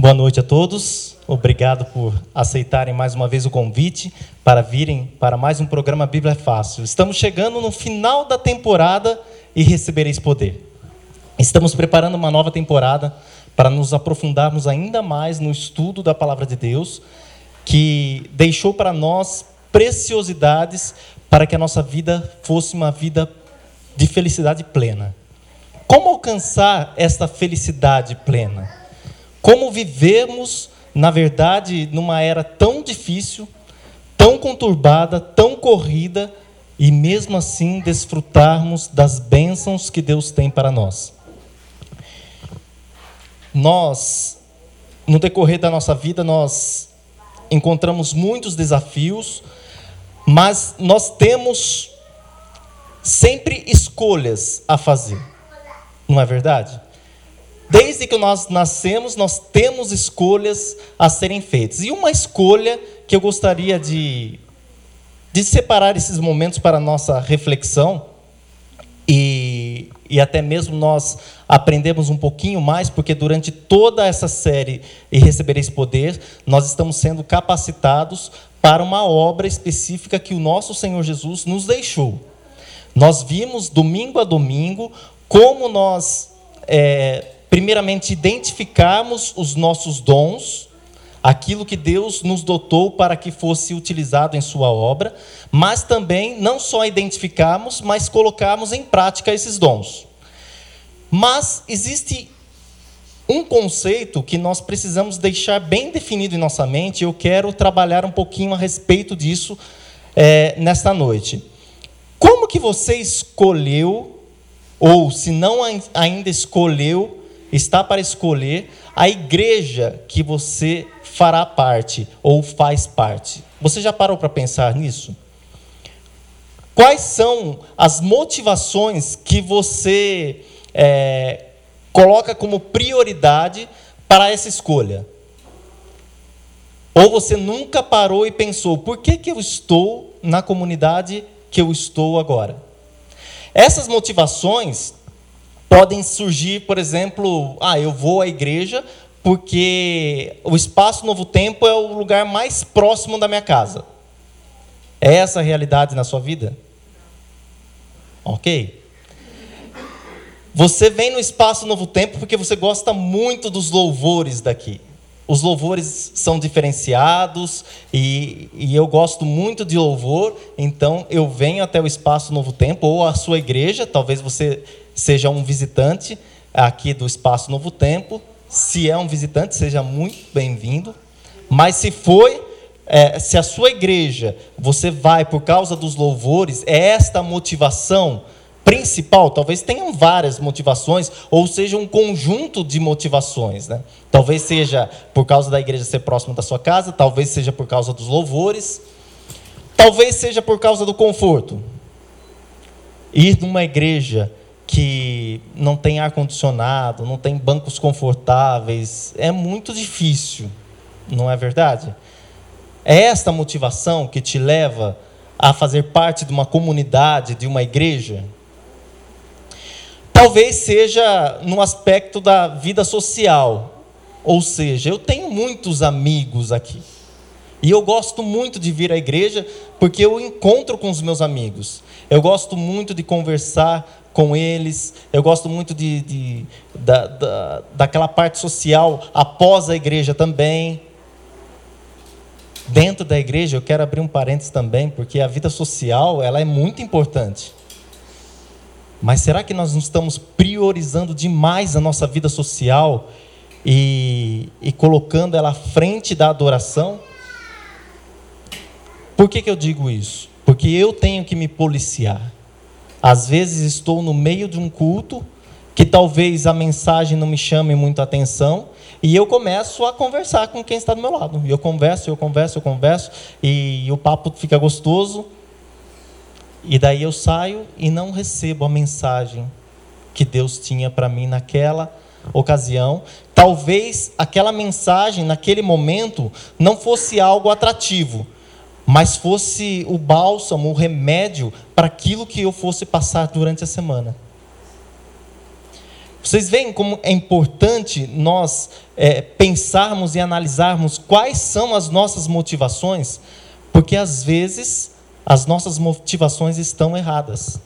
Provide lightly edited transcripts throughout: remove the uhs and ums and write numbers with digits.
Boa noite a todos. Obrigado por aceitarem mais uma vez o convite para virem para mais um programa Bíblia é Fácil. Estamos chegando no final da temporada e recebereis poder. Estamos preparando uma nova temporada para nos aprofundarmos ainda mais no estudo da Palavra de Deus, que deixou para nós preciosidades para que a nossa vida fosse uma vida de felicidade plena. Como alcançar esta felicidade plena? Como vivemos, na verdade, numa era tão difícil, tão conturbada, tão corrida, e mesmo assim desfrutarmos das bênçãos que Deus tem para nós. Nós, no decorrer da nossa vida, nós encontramos muitos desafios, mas nós temos sempre escolhas a fazer, não é verdade? Desde que nós nascemos, nós temos escolhas a serem feitas. E uma escolha que eu gostaria de separar esses momentos para a nossa reflexão, e até mesmo nós aprendemos um pouquinho mais, porque durante toda essa série E Recebereis Poder, nós estamos sendo capacitados para uma obra específica que o nosso Senhor Jesus nos deixou. Nós vimos, domingo a domingo, como nós... primeiramente, identificarmos os nossos dons, aquilo que Deus nos dotou para que fosse utilizado em sua obra, mas também não só identificarmos, mas colocarmos em prática esses dons. Mas existe um conceito que nós precisamos deixar bem definido em nossa mente, e eu quero trabalhar um pouquinho a respeito disso nesta noite. Como que você escolheu, ou se não ainda escolheu, está para escolher a igreja que você fará parte ou faz parte? Você já parou para pensar nisso? Quais são as motivações que você coloca como prioridade para essa escolha? Ou você nunca parou e pensou, por que eu estou na comunidade que eu estou agora? Essas motivações podem surgir, por exemplo, eu vou à igreja porque o Espaço Novo Tempo é o lugar mais próximo da minha casa. É essa a realidade na sua vida? Ok. Você vem no Espaço Novo Tempo porque você gosta muito dos louvores daqui. Os louvores são diferenciados e eu gosto muito de louvor, então eu venho até o Espaço Novo Tempo ou a sua igreja. Talvez você seja um visitante aqui do Espaço Novo Tempo. Se é um visitante, seja muito bem-vindo. Mas se a sua igreja, você vai por causa dos louvores, é esta a motivação principal. Talvez tenham várias motivações, ou seja, um conjunto de motivações, né? Talvez seja por causa da igreja ser próximo da sua casa, talvez seja por causa dos louvores, talvez seja por causa do conforto. Ir numa igreja que não tem ar-condicionado, não tem bancos confortáveis, é muito difícil, não é verdade? É esta motivação que te leva a fazer parte de uma comunidade, de uma igreja? Talvez seja no aspecto da vida social, ou seja, eu tenho muitos amigos aqui, e eu gosto muito de vir à igreja porque eu encontro com os meus amigos, eu gosto muito de conversar com eles, eu gosto muito daquela parte social após a igreja também. Dentro da igreja, eu quero abrir um parênteses também, porque a vida social ela é muito importante. Mas será que nós não estamos priorizando demais a nossa vida social e colocando ela à frente da adoração? Por que eu digo isso? Porque eu tenho que me policiar. Às vezes estou no meio de um culto, que talvez a mensagem não me chame muito a atenção, e eu começo a conversar com quem está do meu lado. E eu converso, e o papo fica gostoso, e daí eu saio e não recebo a mensagem que Deus tinha para mim naquela ocasião. Talvez aquela mensagem, naquele momento, não fosse algo atrativo, mas fosse o bálsamo, o remédio para aquilo que eu fosse passar durante a semana. Vocês veem como é importante nós pensarmos e analisarmos quais são as nossas motivações, porque às vezes as nossas motivações estão erradas.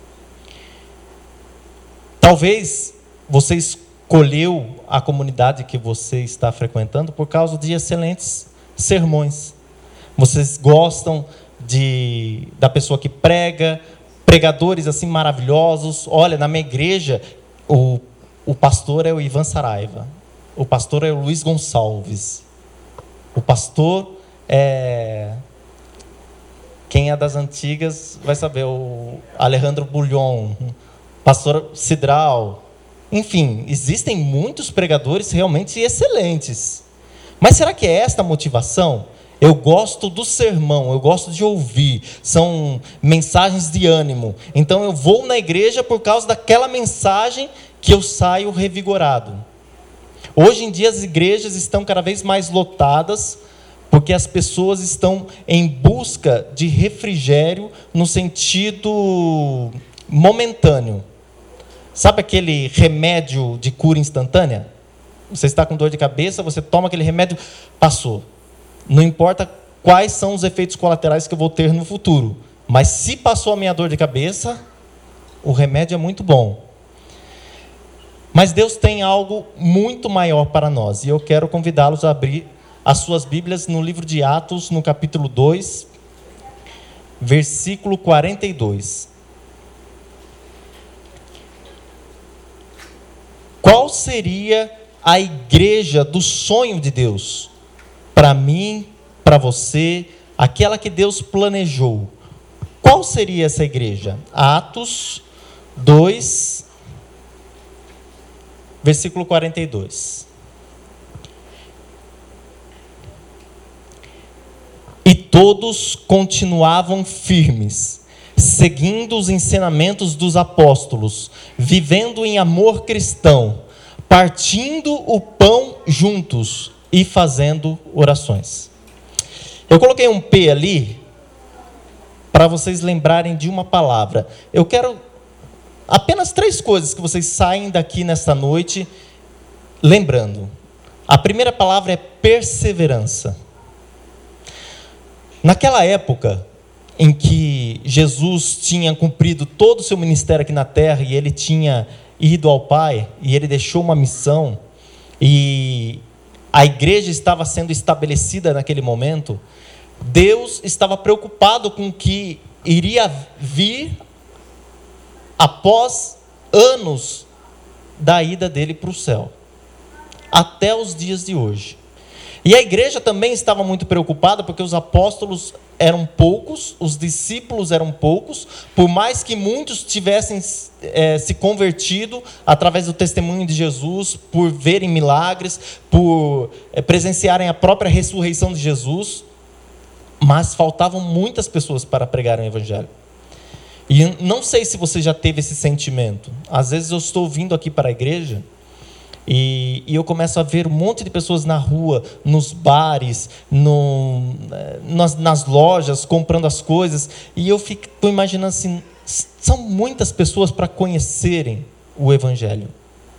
Talvez você escolheu a comunidade que você está frequentando por causa de excelentes sermões. Vocês gostam da pessoa que prega, pregadores assim maravilhosos. Olha, na minha igreja, o pastor é o Ivan Saraiva, o pastor é o Luiz Gonçalves, o pastor é... Quem é das antigas vai saber, o Alejandro Bullion, pastor Cidral. Enfim, existem muitos pregadores realmente excelentes. Mas será que é esta a motivação? Eu gosto do sermão, eu gosto de ouvir, são mensagens de ânimo. Então eu vou na igreja por causa daquela mensagem que eu saio revigorado. Hoje em dia as igrejas estão cada vez mais lotadas, porque as pessoas estão em busca de refrigério no sentido momentâneo. Sabe aquele remédio de cura instantânea? Você está com dor de cabeça, você toma aquele remédio, passou. Não importa quais são os efeitos colaterais que eu vou ter no futuro, mas se passou a minha dor de cabeça, o remédio é muito bom. Mas Deus tem algo muito maior para nós, e eu quero convidá-los a abrir as suas Bíblias no livro de Atos, no capítulo 2, versículo 42. Qual seria a igreja do sonho de Deus? Para mim, para você, aquela que Deus planejou. Qual seria essa igreja? Atos 2, versículo 42. E todos continuavam firmes, seguindo os ensinamentos dos apóstolos, vivendo em amor cristão, partindo o pão juntos e fazendo orações. Eu coloquei um P ali para vocês lembrarem de uma palavra. Eu quero apenas 3 coisas que vocês saem daqui nesta noite lembrando. A primeira palavra é perseverança. Naquela época em que Jesus tinha cumprido todo o seu ministério aqui na terra e ele tinha ido ao Pai e ele deixou uma missão e a igreja estava sendo estabelecida naquele momento, Deus estava preocupado com o que iria vir após anos da ida dele para o céu, até os dias de hoje. E a igreja também estava muito preocupada, porque os apóstolos eram poucos, os discípulos eram poucos, por mais que muitos tivessem se convertido através do testemunho de Jesus, por verem milagres, por presenciarem a própria ressurreição de Jesus, mas faltavam muitas pessoas para pregar o evangelho. E não sei se você já teve esse sentimento. Às vezes eu estou vindo aqui para a igreja e eu começo a ver um monte de pessoas na rua, nos bares, nas lojas, comprando as coisas, e eu fico imaginando assim, são muitas pessoas para conhecerem o evangelho.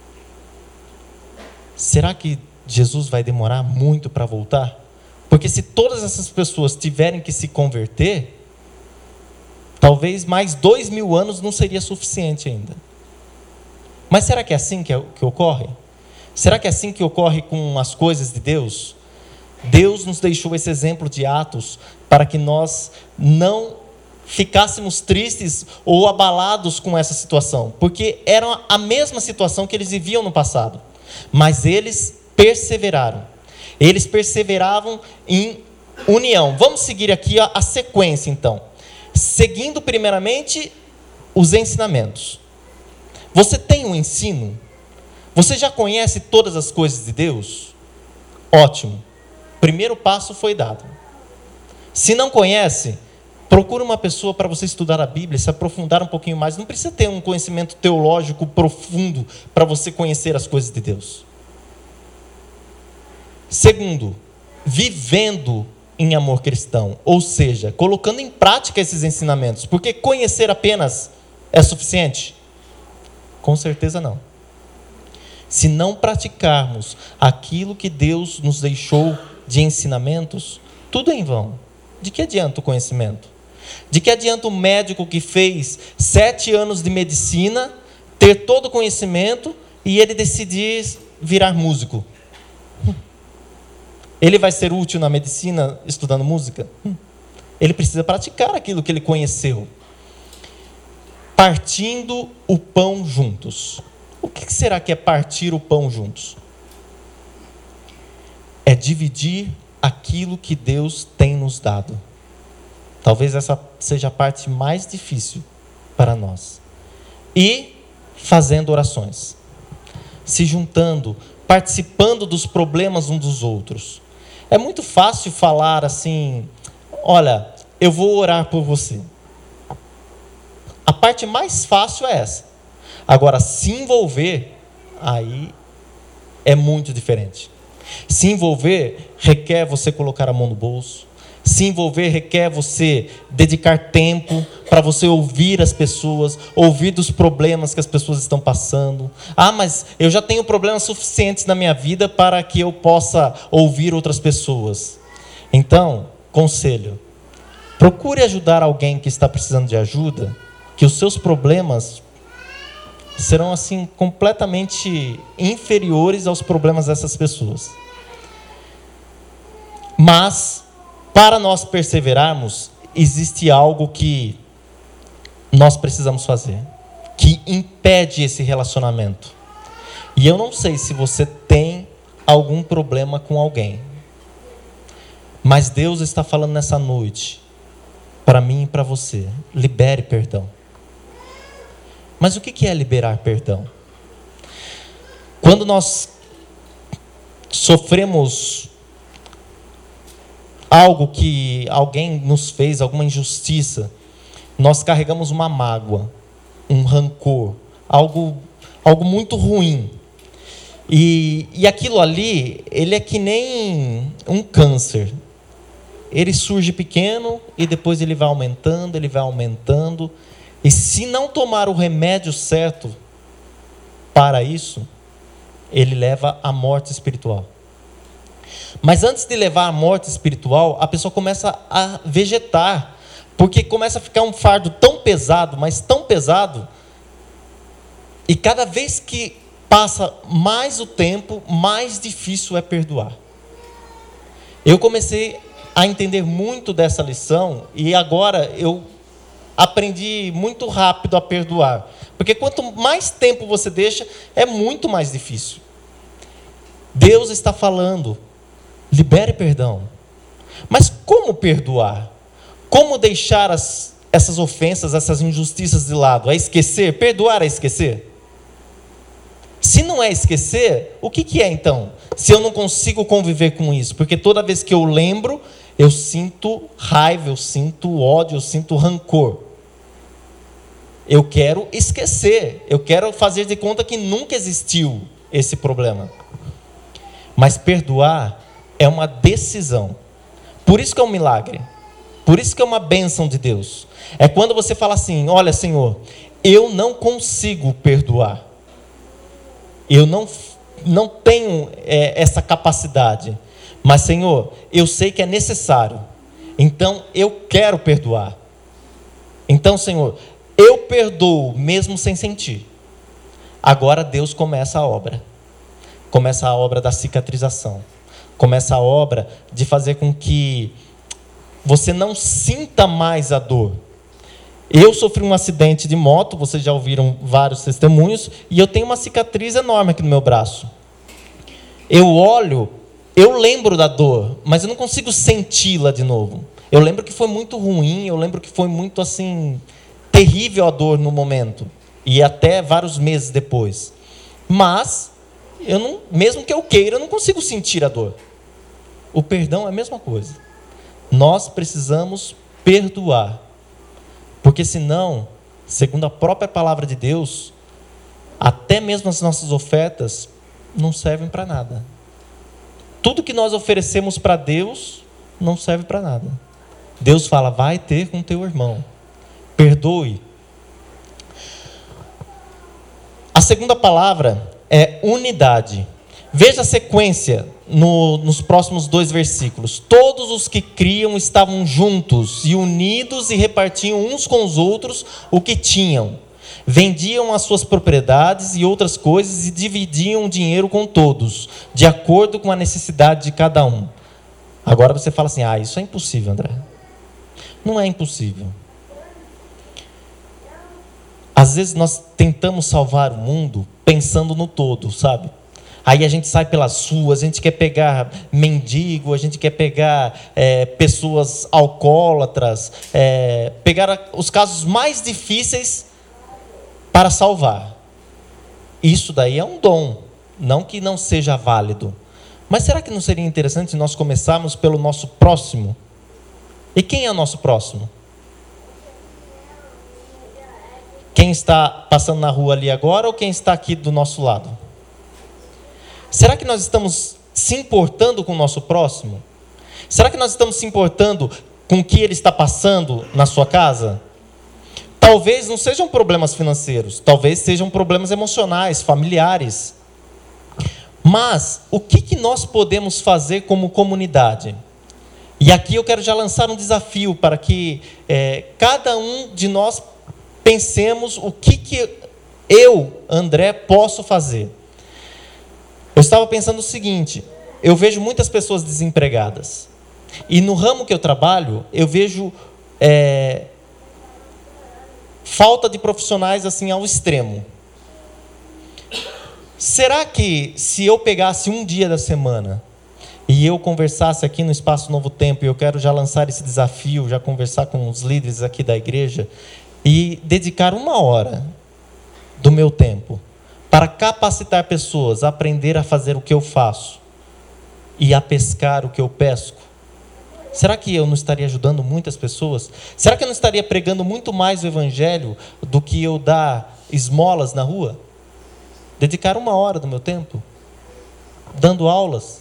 Será que Jesus vai demorar muito para voltar? Porque se todas essas pessoas tiverem que se converter, talvez mais 2000 anos não seria suficiente ainda. Mas será que é assim que ocorre? Será que é assim que ocorre com as coisas de Deus? Deus nos deixou esse exemplo de Atos para que nós não ficássemos tristes ou abalados com essa situação, porque era a mesma situação que eles viviam no passado, mas eles perseveraram. Eles perseveravam em união. Vamos seguir aqui a sequência então. Seguindo primeiramente os ensinamentos. Você tem um ensino? Você já conhece todas as coisas de Deus? Ótimo. Primeiro passo foi dado. Se não conhece, procura uma pessoa para você estudar a Bíblia, se aprofundar um pouquinho mais. Não precisa ter um conhecimento teológico profundo para você conhecer as coisas de Deus. Segundo, vivendo em amor cristão, ou seja, colocando em prática esses ensinamentos, porque conhecer apenas é suficiente? Com certeza não. se não praticarmos aquilo que Deus nos deixou de ensinamentos, tudo é em vão. De que adianta o conhecimento? De que adianta o médico que fez 7 anos de medicina, ter todo o conhecimento e ele decidir virar músico? Ele vai ser útil na medicina estudando música? Ele precisa praticar aquilo que ele conheceu. Partindo o pão juntos. O que será que é partir o pão juntos? É dividir aquilo que Deus tem nos dado. Talvez essa seja a parte mais difícil para nós. E fazendo orações. Se juntando, participando dos problemas uns dos outros. É muito fácil falar assim, olha, eu vou orar por você. A parte mais fácil é essa. Agora, se envolver, aí é muito diferente. Se envolver requer você colocar a mão no bolso. Se envolver requer você dedicar tempo para você ouvir as pessoas, ouvir dos problemas que as pessoas estão passando. Ah, mas eu já tenho problemas suficientes na minha vida para que eu possa ouvir outras pessoas. Então, conselho, procure ajudar alguém que está precisando de ajuda, que os seus problemas serão assim completamente inferiores aos problemas dessas pessoas. Mas, para nós perseverarmos, existe algo que nós precisamos fazer, que impede esse relacionamento. E eu não sei se você tem algum problema com alguém, mas Deus está falando nessa noite, para mim e para você, libere perdão. Mas o que é liberar perdão? Quando nós sofremos algo que alguém nos fez, alguma injustiça, nós carregamos uma mágoa, um rancor, algo muito ruim. E aquilo ali, ele é que nem um câncer. Ele surge pequeno e depois ele vai aumentando. E se não tomar o remédio certo para isso, ele leva à morte espiritual. Mas antes de levar à morte espiritual, a pessoa começa a vegetar, porque começa a ficar um fardo tão pesado, mas tão pesado, e cada vez que passa mais o tempo, mais difícil é perdoar. Eu comecei a entender muito dessa lição, e agora eu aprendi muito rápido a perdoar. Porque quanto mais tempo você deixa, é muito mais difícil. Deus está falando, libere perdão. Mas como perdoar? Como deixar essas ofensas, essas injustiças de lado? É esquecer? Perdoar é esquecer? Se não é esquecer, o que é então? Se eu não consigo conviver com isso? Porque toda vez que eu lembro, eu sinto raiva, eu sinto ódio, eu sinto rancor. Eu quero esquecer, eu quero fazer de conta que nunca existiu esse problema. Mas perdoar é uma decisão. Por isso que é um milagre. Por isso que é uma bênção de Deus. É quando você fala assim, olha, Senhor, eu não consigo perdoar. Eu não tenho essa capacidade. Mas, Senhor, eu sei que é necessário. Então, eu quero perdoar. Então, Senhor, eu perdoo mesmo sem sentir. Agora Deus começa a obra. Começa a obra da cicatrização. Começa a obra de fazer com que você não sinta mais a dor. Eu sofri um acidente de moto, vocês já ouviram vários testemunhos, e eu tenho uma cicatriz enorme aqui no meu braço. Eu olho, eu lembro da dor, mas eu não consigo senti-la de novo. Eu lembro que foi muito ruim, eu lembro que foi muito assim, terrível a dor no momento, e até vários meses depois. Mas, mesmo que eu queira, eu não consigo sentir a dor. O perdão é a mesma coisa. Nós precisamos perdoar. Porque senão, segundo a própria palavra de Deus, até mesmo as nossas ofertas não servem para nada. Tudo que nós oferecemos para Deus não serve para nada. Deus fala, vai ter com teu irmão. Perdoe. A segunda palavra é unidade. Veja a sequência nos próximos 2 versículos. Todos os que criam estavam juntos e unidos e repartiam uns com os outros o que tinham. Vendiam as suas propriedades e outras coisas e dividiam o dinheiro com todos, de acordo com a necessidade de cada um. Agora você fala assim, isso é impossível, André. Não é impossível. Às vezes nós tentamos salvar o mundo pensando no todo, sabe? Aí a gente sai pelas ruas, a gente quer pegar mendigo, a gente quer pegar pessoas alcoólatras, pegar os casos mais difíceis para salvar. Isso daí é um dom, não que não seja válido. Mas será que não seria interessante nós começarmos pelo nosso próximo? E quem é o nosso próximo? Quem está passando na rua ali agora ou quem está aqui do nosso lado? Será que nós estamos se importando com o nosso próximo? Será que nós estamos se importando com o que ele está passando na sua casa? Talvez não sejam problemas financeiros, talvez sejam problemas emocionais, familiares. Mas o que nós podemos fazer como comunidade? E aqui eu quero já lançar um desafio para que cada um de nós pensemos o que eu, André, posso fazer. Eu estava pensando o seguinte, eu vejo muitas pessoas desempregadas. E no ramo que eu trabalho, eu vejo falta de profissionais assim ao extremo. Será que se eu pegasse um dia da semana e eu conversasse aqui no Espaço Novo Tempo, e eu quero já lançar esse desafio, já conversar com os líderes aqui da igreja, e dedicar 1 hora do meu tempo para capacitar pessoas a aprender a fazer o que eu faço e a pescar o que eu pesco, será que eu não estaria ajudando muitas pessoas? Será que eu não estaria pregando muito mais o evangelho do que eu dar esmolas na rua? Dedicar 1 hora do meu tempo dando aulas.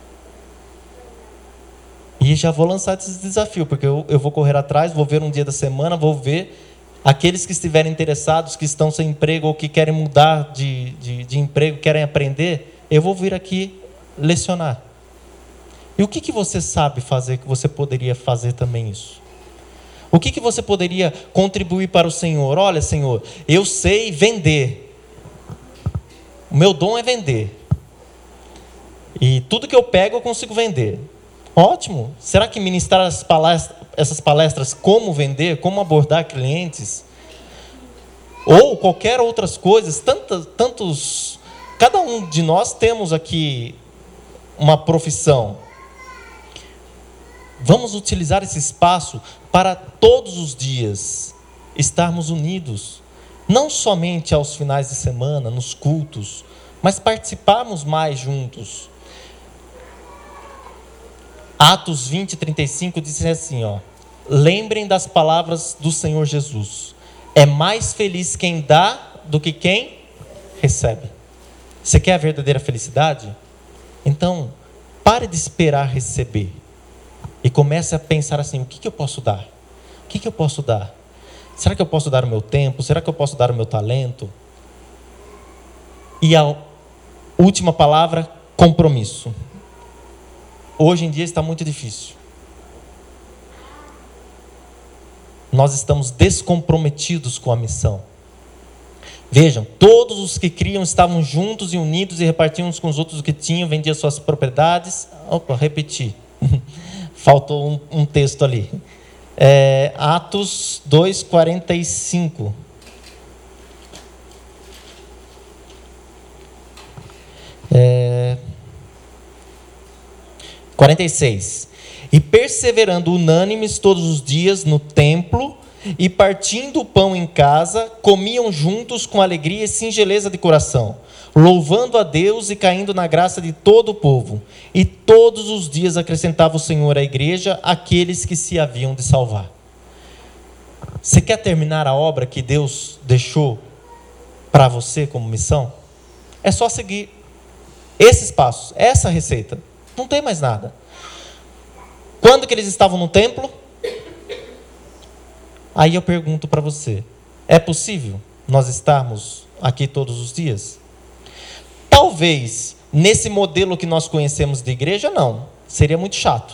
E já vou lançar esse desafio, porque eu vou correr atrás, vou ver um dia da semana, vou ver aqueles que estiverem interessados, que estão sem emprego ou que querem mudar de emprego, querem aprender, eu vou vir aqui lecionar. E o que você sabe fazer que você poderia fazer também isso? O que você poderia contribuir para o Senhor? Olha, Senhor, eu sei vender. O meu dom é vender. E tudo que eu pego eu consigo vender. Ótimo. Será que ministrar essas palestras como vender, como abordar clientes, ou qualquer outras coisas, tantos... Cada um de nós temos aqui uma profissão. Vamos utilizar esse espaço para todos os dias estarmos unidos. Não somente aos finais de semana, nos cultos, mas participarmos mais juntos. Atos 20, 35 diz assim, lembrem das palavras do Senhor Jesus. É mais feliz quem dá do que quem recebe. Você quer a verdadeira felicidade? Então, pare de esperar receber. E comece a pensar assim, o que eu posso dar? O que eu posso dar? Será que eu posso dar o meu tempo? Será que eu posso dar o meu talento? E a última palavra, compromisso. Hoje em dia está muito difícil. Nós estamos descomprometidos com a missão. Vejam, todos os que criam estavam juntos e unidos e repartiam uns com os outros o que tinham, vendiam suas propriedades. Repeti. Faltou um texto ali. Atos 2, 45. É... 46. E perseverando unânimes todos os dias no templo, e partindo o pão em casa, comiam juntos com alegria e singeleza de coração, louvando a Deus e caindo na graça de todo o povo. E todos os dias acrescentava o Senhor à igreja aqueles que se haviam de salvar. Você quer terminar a obra que Deus deixou para você como missão? É só seguir esses passos, essa receita. Não tem mais nada. Quando que eles estavam no templo? Aí eu pergunto para você, é possível nós estarmos aqui todos os dias? Talvez, nesse modelo que nós conhecemos de igreja, não. Seria muito chato.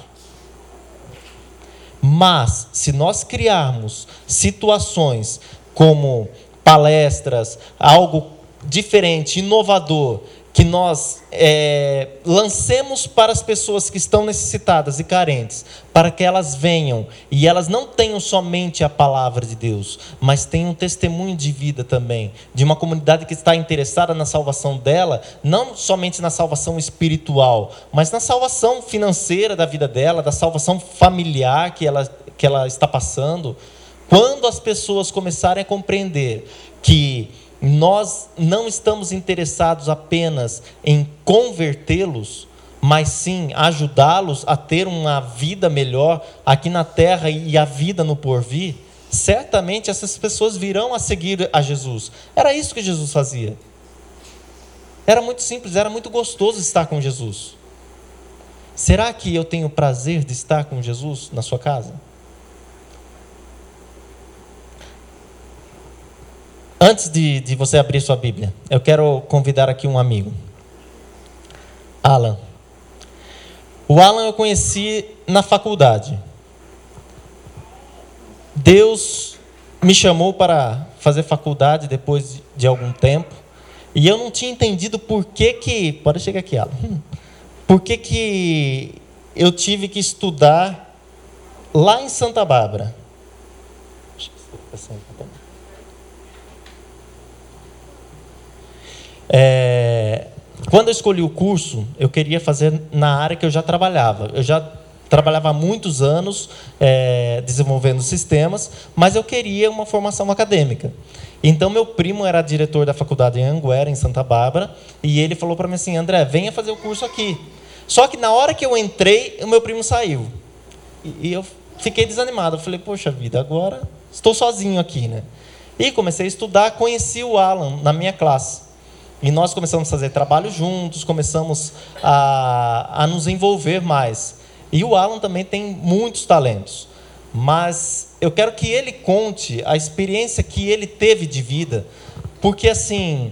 Mas, se nós criarmos situações como palestras, algo diferente, inovador, que nós lancemos para as pessoas que estão necessitadas e carentes, para que elas venham e elas não tenham somente a palavra de Deus, mas tenham um testemunho de vida também, de uma comunidade que está interessada na salvação dela, não somente na salvação espiritual, mas na salvação financeira da vida dela, da salvação familiar que ela está passando. Quando as pessoas começarem a compreender que nós não estamos interessados apenas em convertê-los, mas sim ajudá-los a ter uma vida melhor aqui na terra e a vida no porvir, certamente essas pessoas virão a seguir a Jesus. Era isso que Jesus fazia. Era muito simples, era muito gostoso estar com Jesus. Será que eu tenho o prazer de estar com Jesus na sua casa? Antes de você abrir sua Bíblia, eu quero convidar aqui um amigo, Alan. O Alan eu conheci na faculdade. Deus me chamou para fazer faculdade depois de algum tempo, e eu não tinha entendido por que pode chegar aqui, Alan. Por que eu tive que estudar lá em Santa Bárbara? Quando eu escolhi o curso, eu queria fazer na área que eu já trabalhava. Eu já trabalhava há muitos anos desenvolvendo sistemas, mas eu queria uma formação acadêmica. Então, meu primo era diretor da faculdade em Anguera, em Santa Bárbara, e ele falou para mim assim: André, venha fazer o curso aqui. Só que na hora que eu entrei, o meu primo saiu. E eu fiquei desanimado. Eu falei, poxa vida, agora estou sozinho aqui, né? E comecei a estudar, conheci o Alan na minha classe. E nós começamos a fazer trabalho juntos, começamos a nos envolver mais. E o Alan também tem muitos talentos. Mas eu quero que ele conte a experiência que ele teve de vida. Porque, assim,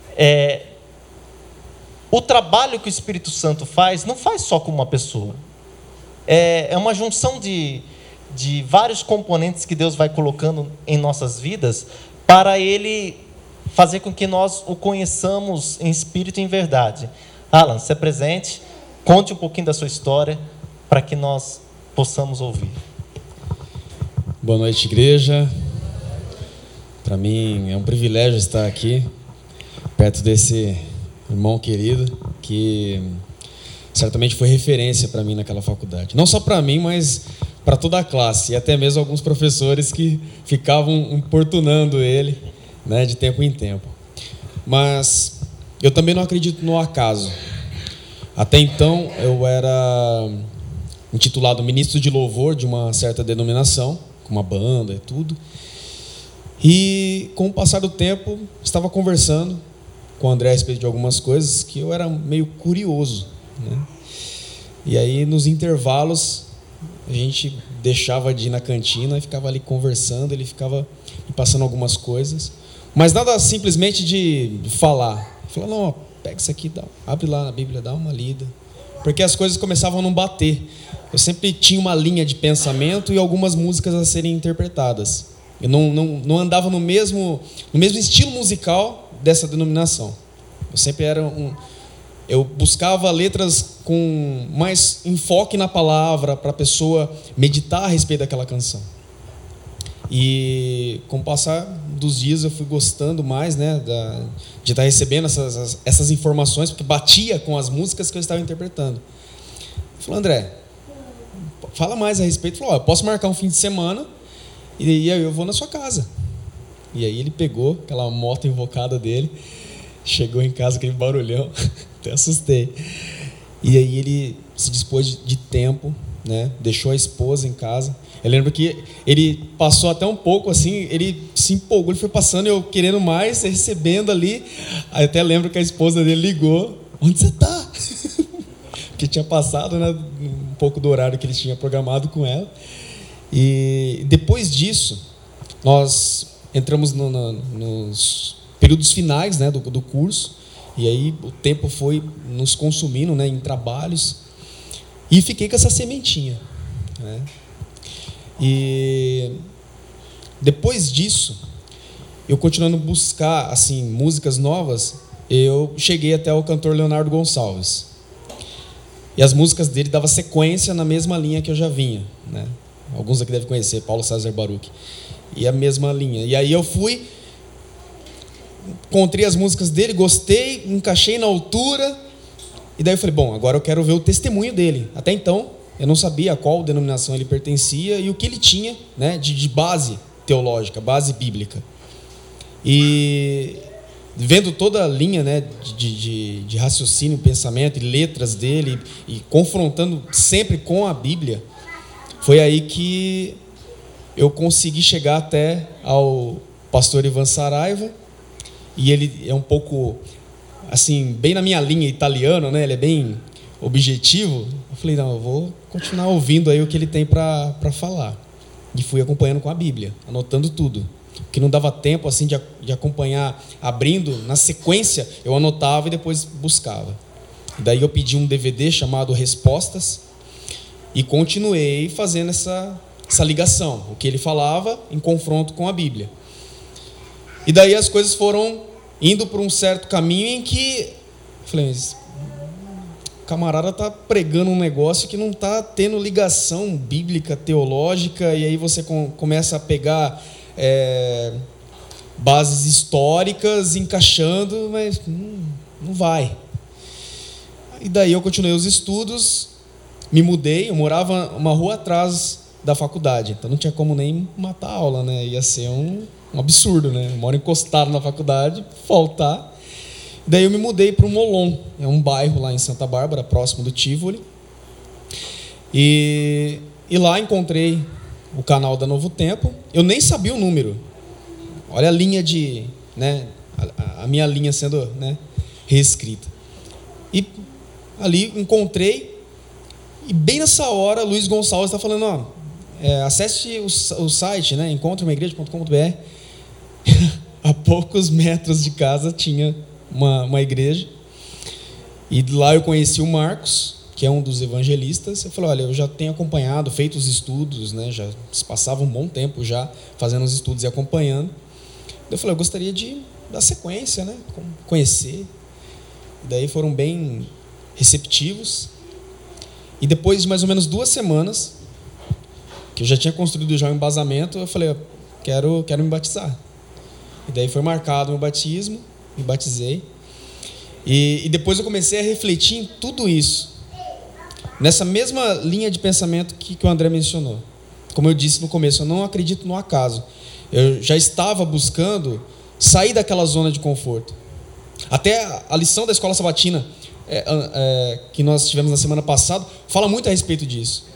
o trabalho que o Espírito Santo faz, não faz só com uma pessoa. É uma junção de vários componentes que Deus vai colocando em nossas vidas para Ele fazer com que nós o conheçamos em espírito e em verdade. Alan, se apresente, conte um pouquinho da sua história para que nós possamos ouvir. Boa noite, igreja. Para mim é um privilégio estar aqui, perto desse irmão querido, que certamente foi referência para mim naquela faculdade. Não só para mim, mas para toda a classe, e até mesmo alguns professores que ficavam importunando ele, né, de tempo em tempo. Mas eu também não acredito no acaso. Até então, eu era intitulado ministro de louvor de uma certa denominação, com uma banda e tudo. E, com o passar do tempo, estava conversando com o André a respeito de algumas coisas que eu era meio curioso, né? E aí, nos intervalos, a gente deixava de ir na cantina e ficava ali conversando, ele ficava me passando algumas coisas. Mas nada simplesmente de falar. Falou, não, pega isso aqui, abre lá na Bíblia, dá uma lida. Porque as coisas começavam a não bater. Eu sempre tinha uma linha de pensamento e algumas músicas a serem interpretadas. Eu não andava no mesmo estilo musical dessa denominação. Eu sempre eu buscava letras com mais enfoque na palavra, para a pessoa meditar a respeito daquela canção. E com o passar dos dias eu fui gostando mais, né, de estar recebendo essas informações, porque batia com as músicas que eu estava interpretando. Ele falou, André, fala mais a respeito. Ele falou, eu posso marcar um fim de semana e aí eu vou na sua casa. E aí ele pegou aquela moto invocada dele, chegou em casa, aquele barulhão, até assustei. E aí ele se dispôs de tempo, né, deixou a esposa em casa. Eu lembro que ele passou até um pouco assim, ele se empolgou, ele foi passando, eu querendo mais, recebendo ali. Aí até lembro que a esposa dele ligou, onde você está? Porque tinha passado, né, um pouco do horário que ele tinha programado com ela. E depois disso, nós entramos nos períodos finais, né, do curso, E aí o tempo foi nos consumindo, né, em trabalhos, e fiquei com essa sementinha, né? E depois disso, eu continuando a buscar assim, músicas novas, eu cheguei até o cantor Leonardo Gonçalves. E as músicas dele davam sequência na mesma linha que eu já vinha, né? Alguns aqui devem conhecer, Paulo César Baruch. E a mesma linha. E aí eu fui, encontrei as músicas dele, gostei, encaixei na altura. E daí eu falei, bom, agora eu quero ver o testemunho dele. Até então, eu não sabia a qual denominação ele pertencia e o que ele tinha, né, de base teológica, base bíblica. E vendo toda a linha, né, de raciocínio, pensamento e letras dele, e confrontando sempre com a Bíblia, foi aí que eu consegui chegar até ao pastor Ivan Saraiva. E ele é um pouco, assim, bem na minha linha italiano, né? Ele é bem objetivo. Eu falei, não, eu vou continuar ouvindo aí o que ele tem para falar. E fui acompanhando com a Bíblia, anotando tudo. Que não dava tempo assim de acompanhar, abrindo, na sequência eu anotava e depois buscava. E daí eu pedi um DVD chamado Respostas e continuei fazendo essa ligação, o que ele falava em confronto com a Bíblia. E daí as coisas foram indo por um certo caminho em que eu falei, o camarada está pregando um negócio que não está tendo ligação bíblica, teológica, e aí você começa a pegar bases históricas, encaixando, mas não vai. E daí eu continuei os estudos, me mudei, eu morava uma rua atrás da faculdade, então não tinha como nem matar a aula, né? Ia ser um absurdo, né? Eu moro encostado na faculdade, faltar. Daí eu me mudei para o Molon, é um bairro lá em Santa Bárbara, próximo do Tivoli. E lá encontrei o canal da Novo Tempo. Eu nem sabia o número. Olha a linha né, a minha linha sendo, né, reescrita. E ali encontrei, e bem nessa hora, Luiz Gonçalves está falando, acesse o site, né, encontreumaigreja.com.br. A poucos metros de casa tinha uma igreja. E lá eu conheci o Marcos, que é um dos evangelistas. Eu falei, olha, eu já tenho acompanhado, feito os estudos, né, já se passava um bom tempo já fazendo os estudos e acompanhando. Eu falei, eu gostaria de dar sequência, né, conhecer. E daí foram bem receptivos. E depois de mais ou menos 2 semanas, que eu já tinha construído já um embasamento, eu falei, eu quero me batizar. E daí foi marcado o meu batismo, me batizei. E depois eu comecei a refletir em tudo isso, nessa mesma linha de pensamento que o André mencionou. Como eu disse no começo, eu não acredito no acaso. Eu já estava buscando sair daquela zona de conforto. Até a lição da Escola Sabatina, que nós tivemos na semana passada, fala muito a respeito disso.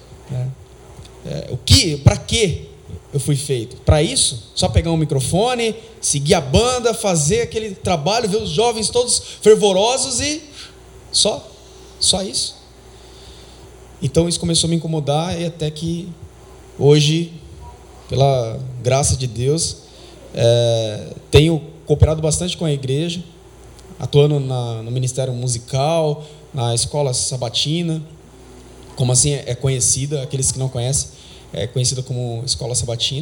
Para quê eu fui feito? Para isso? Só pegar um microfone, seguir a banda, fazer aquele trabalho, ver os jovens todos fervorosos e só isso? Então isso começou a me incomodar, e até que hoje, pela graça de Deus, tenho cooperado bastante com a igreja, atuando no ministério musical, na escola sabatina, como assim é conhecida, aqueles que não conhecem, é conhecida como Escola Sabatina,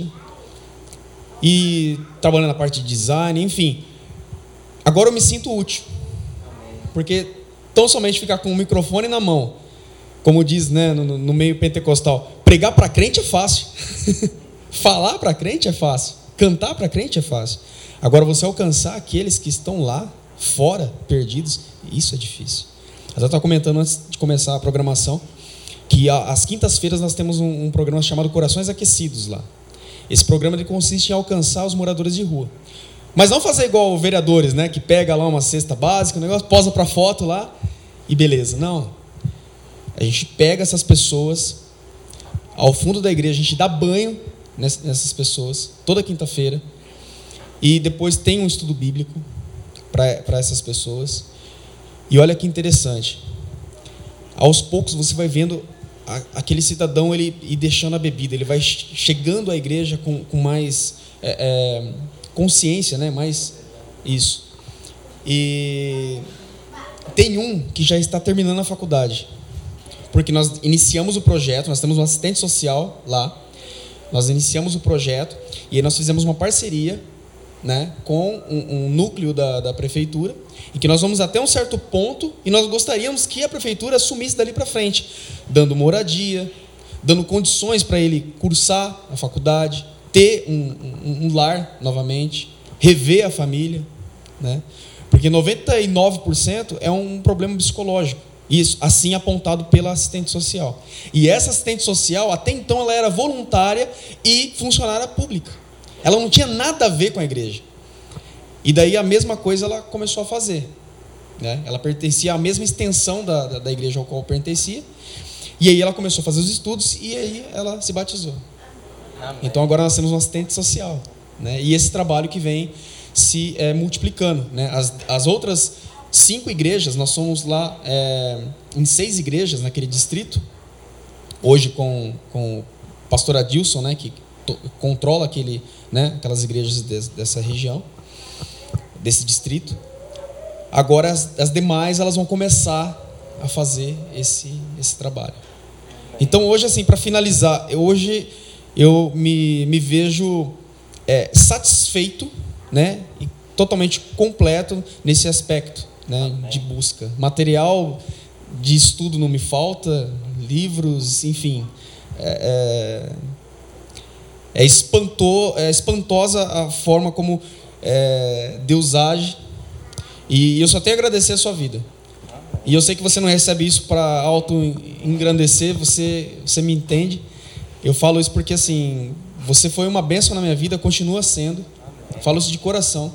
e trabalhando na parte de design, enfim. Agora eu me sinto útil, porque tão somente ficar com o microfone na mão, como diz, né, no meio pentecostal, pregar para crente é fácil, falar para crente é fácil, cantar para crente é fácil. Agora você alcançar aqueles que estão lá fora, perdidos, isso é difícil. Eu estava comentando antes de começar a programação que às quintas-feiras nós temos um programa chamado Corações Aquecidos lá. Esse programa ele consiste em alcançar os moradores de rua. Mas não fazer igual vereadores, né, que pega lá uma cesta básica, um negócio, posa para foto lá e beleza. Não. A gente pega essas pessoas ao fundo da igreja, a gente dá banho nessas pessoas toda quinta-feira e depois tem um estudo bíblico para essas pessoas. E olha que interessante. Aos poucos você vai vendo aquele cidadão ele ir deixando a bebida, ele vai chegando à igreja com mais consciência, né? Mais isso. E tem um que já está terminando a faculdade. Porque nós iniciamos o projeto, nós temos um assistente social lá, nós iniciamos o projeto e aí nós fizemos uma parceria, né, com um núcleo da prefeitura, em que nós vamos até um certo ponto e nós gostaríamos que a prefeitura assumisse dali para frente, dando moradia, dando condições para ele cursar a faculdade, ter um lar novamente, rever a família, né? Porque 99% é um problema psicológico, isso assim apontado pela assistente social. E essa assistente social, até então, ela era voluntária e funcionária pública. Ela não tinha nada a ver com a igreja. E daí a mesma coisa ela começou a fazer, né? Ela pertencia à mesma extensão da igreja ao qual pertencia. E aí ela começou a fazer os estudos e aí ela se batizou. Amém. Então agora nós temos um assistente social, né? E esse trabalho que vem se multiplicando, né? As outras 5 igrejas, nós somos lá em 6 igrejas naquele distrito, hoje com o pastor Adilson, né, que controla aquelas igrejas dessa região, desse distrito. Agora as demais elas vão começar a fazer esse trabalho. Então hoje, assim, para finalizar, hoje eu me vejo satisfeito, né, e totalmente completo nesse aspecto, né, de busca. Material de estudo não me falta, livros, enfim. É espantosa a forma como Deus age. E eu só tenho a agradecer a sua vida. E eu sei que você não recebe isso para auto-engrandecer, você me entende. Eu falo isso porque, assim, você foi uma bênção na minha vida, continua sendo. Falo isso de coração.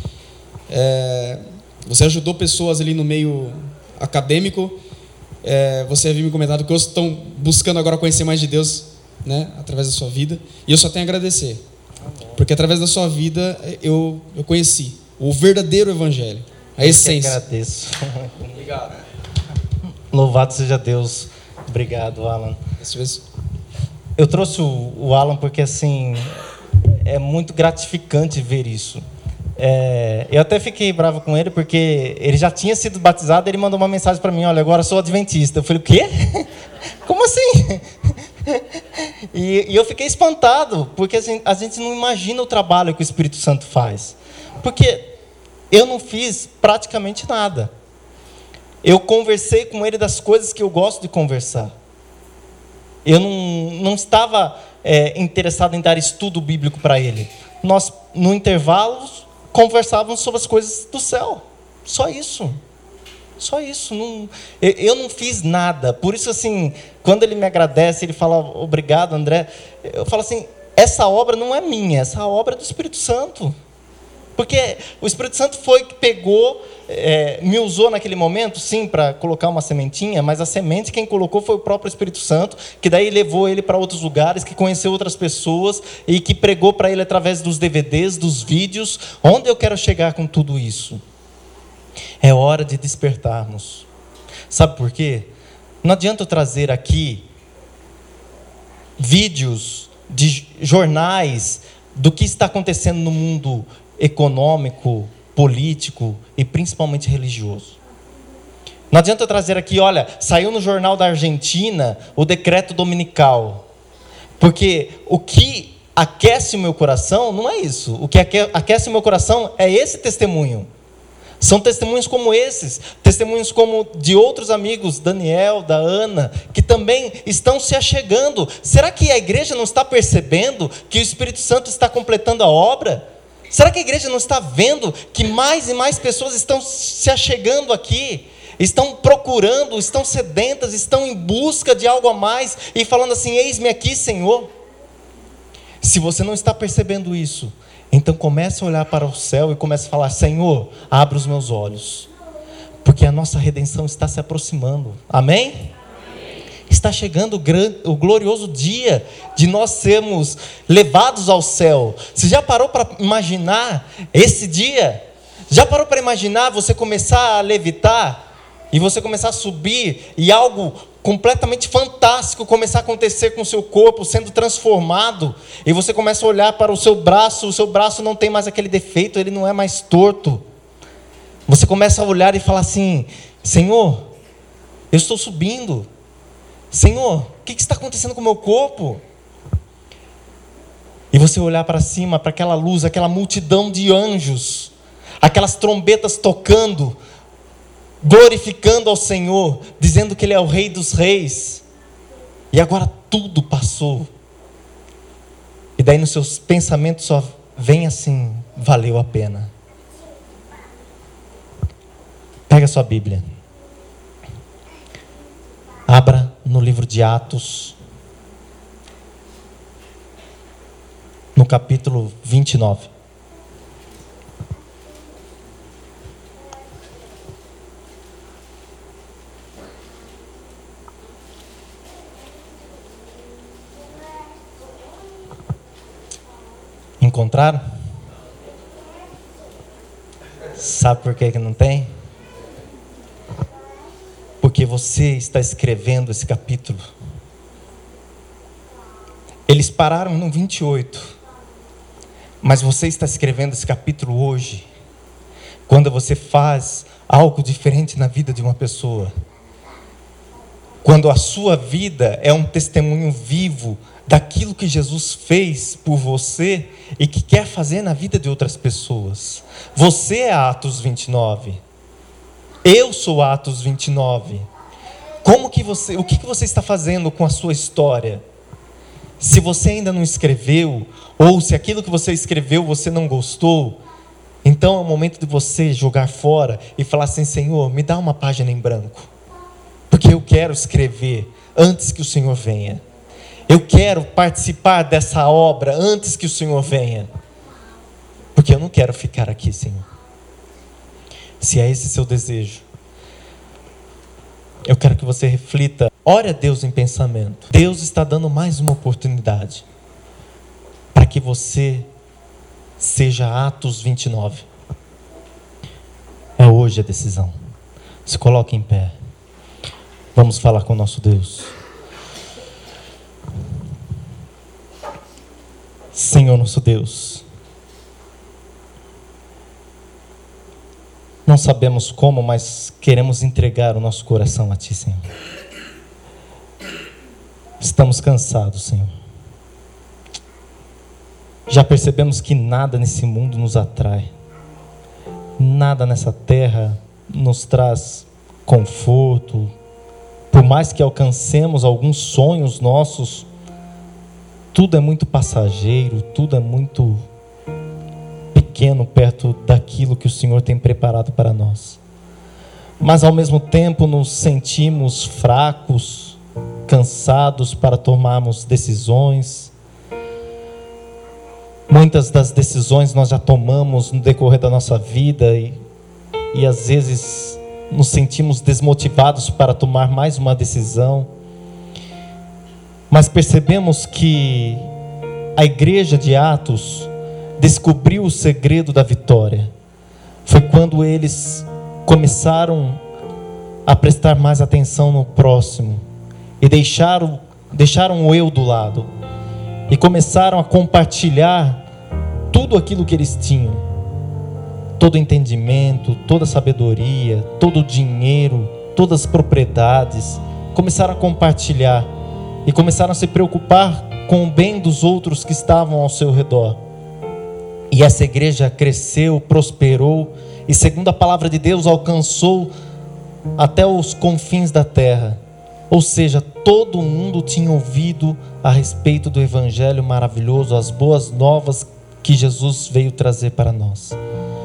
Você ajudou pessoas ali no meio acadêmico. Você havia me comentado que outros estão buscando agora conhecer mais de Deus, né, através da sua vida. E eu só tenho a agradecer. Porque através da sua vida eu conheci o verdadeiro evangelho, a essência. Eu agradeço. Obrigado. Louvado seja Deus. Obrigado, Alan. Eu trouxe o Alan porque, assim, é muito gratificante ver isso. Eu até fiquei bravo com ele porque ele já tinha sido batizado. Ele mandou uma mensagem para mim: olha, agora eu sou adventista. Eu falei: o quê? Como assim? E eu fiquei espantado, porque assim, a gente não imagina o trabalho que o Espírito Santo faz. Porque eu não fiz praticamente nada. Eu conversei com ele das coisas que eu gosto de conversar. Eu não estava interessado em dar estudo bíblico para ele. Nós, no intervalo, conversávamos sobre as coisas do céu. Só isso. Só isso. Eu não fiz nada. Por isso, assim, quando ele me agradece, ele fala: obrigado, André. Eu falo assim: essa obra não é minha, essa obra é do Espírito Santo. Porque o Espírito Santo foi que pegou, me usou naquele momento, sim, para colocar uma sementinha, mas a semente quem colocou foi o próprio Espírito Santo, que daí levou ele para outros lugares, que conheceu outras pessoas e que pregou para ele através dos DVDs, dos vídeos. Onde eu quero chegar com tudo isso? É hora de despertarmos. Sabe por quê? Não adianta eu trazer aqui vídeos de jornais do que está acontecendo no mundo econômico, político e principalmente religioso. Não adianta eu trazer aqui: olha, saiu no jornal da Argentina o decreto dominical. Porque o que aquece o meu coração não é isso. O que aquece o meu coração é esse testemunho. São testemunhos como esses, testemunhos como de outros amigos, Daniel, da Ana, que também estão se achegando. Será que a igreja não está percebendo que o Espírito Santo está completando a obra? Será que a igreja não está vendo que mais e mais pessoas estão se achegando aqui? Estão procurando, estão sedentas, estão em busca de algo a mais e falando assim: eis-me aqui, Senhor. Se você não está percebendo isso, então comece a olhar para o céu e comece a falar: Senhor, abre os meus olhos, porque a nossa redenção está se aproximando. Amém? Amém. Está chegando o glorioso dia de nós sermos levados ao céu. Você já parou para imaginar esse dia? Já parou para imaginar você começar a levitar e você começar a subir e algo completamente fantástico começar a acontecer com o seu corpo sendo transformado, e você começa a olhar para o seu braço não tem mais aquele defeito, ele não é mais torto, Você começa a olhar e falar assim: Senhor, eu estou subindo. Senhor, o que está acontecendo com o meu corpo? E você olhar para cima, para aquela luz, aquela multidão de anjos, aquelas trombetas tocando, glorificando ao Senhor, dizendo que Ele é o Rei dos Reis. E agora tudo passou. E daí nos seus pensamentos só vem assim: valeu a pena. Pega a sua Bíblia. Abra no livro de Atos, no capítulo 29. Encontraram? Sabe por que não tem? Porque você está escrevendo esse capítulo. Eles pararam no 28, mas você está escrevendo esse capítulo hoje, quando você faz algo diferente na vida de uma pessoa, quando a sua vida é um testemunho vivo daquilo que Jesus fez por você e que quer fazer na vida de outras pessoas. Você é Atos 29. Eu sou Atos 29. O que você está fazendo com a sua história? Se você ainda não escreveu, ou se aquilo que você escreveu você não gostou, então é o momento de você jogar fora e falar assim: Senhor, me dá uma página em branco, porque eu quero escrever antes que o Senhor venha. Eu quero participar dessa obra antes que o Senhor venha, porque eu não quero ficar aqui, Senhor. Se é esse seu desejo, eu quero que você reflita, ore a Deus em pensamento. Deus está dando mais uma oportunidade para que você seja Atos 29. É hoje a decisão. Se coloque em pé. Vamos falar com o nosso Deus. Senhor nosso Deus, não sabemos como, mas queremos entregar o nosso coração a Ti, Senhor. Estamos cansados, Senhor. Já percebemos que nada nesse mundo nos atrai. Nada nessa terra nos traz conforto. Por mais que alcancemos alguns sonhos nossos, tudo é muito passageiro, tudo é muito pequeno perto daquilo que o Senhor tem preparado para nós. Mas ao mesmo tempo nos sentimos fracos, cansados para tomarmos decisões. Muitas das decisões nós já tomamos no decorrer da nossa vida e às vezes nos sentimos desmotivados para tomar mais uma decisão. Mas percebemos que a igreja de Atos descobriu o segredo da vitória. Foi quando eles começaram a prestar mais atenção no próximo e deixaram o eu do lado e começaram a compartilhar tudo aquilo que eles tinham, todo entendimento, toda sabedoria, todo o dinheiro, todas as propriedades. Começaram a compartilhar e começaram a se preocupar com o bem dos outros que estavam ao seu redor. E essa igreja cresceu, prosperou e, segundo a palavra de Deus, alcançou até os confins da terra. Ou seja, todo mundo tinha ouvido a respeito do evangelho maravilhoso, as boas novas que Jesus veio trazer para nós.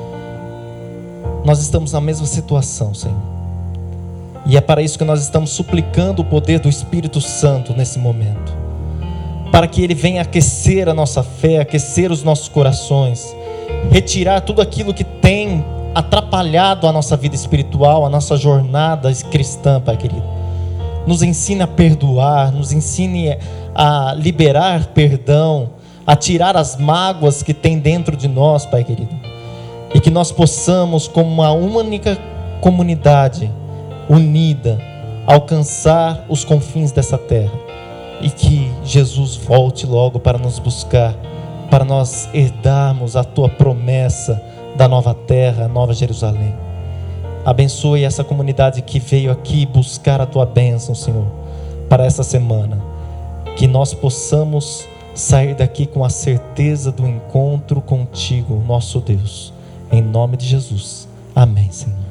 Nós estamos na mesma situação, Senhor. E é para isso que nós estamos suplicando o poder do Espírito Santo nesse momento, para que Ele venha aquecer a nossa fé, aquecer os nossos corações, retirar tudo aquilo que tem atrapalhado a nossa vida espiritual, a nossa jornada cristã, Pai querido. Nos ensine a perdoar, nos ensine a liberar perdão, a tirar as mágoas que tem dentro de nós, Pai querido, e que nós possamos, como uma única comunidade unida, alcançar os confins dessa terra, e que Jesus volte logo para nos buscar, para nós herdarmos a Tua promessa da nova terra, a nova Jerusalém. Abençoe essa comunidade que veio aqui buscar a Tua bênção, Senhor, para essa semana. Que nós possamos sair daqui com a certeza do encontro contigo, nosso Deus. Em nome de Jesus. Amém, Senhor.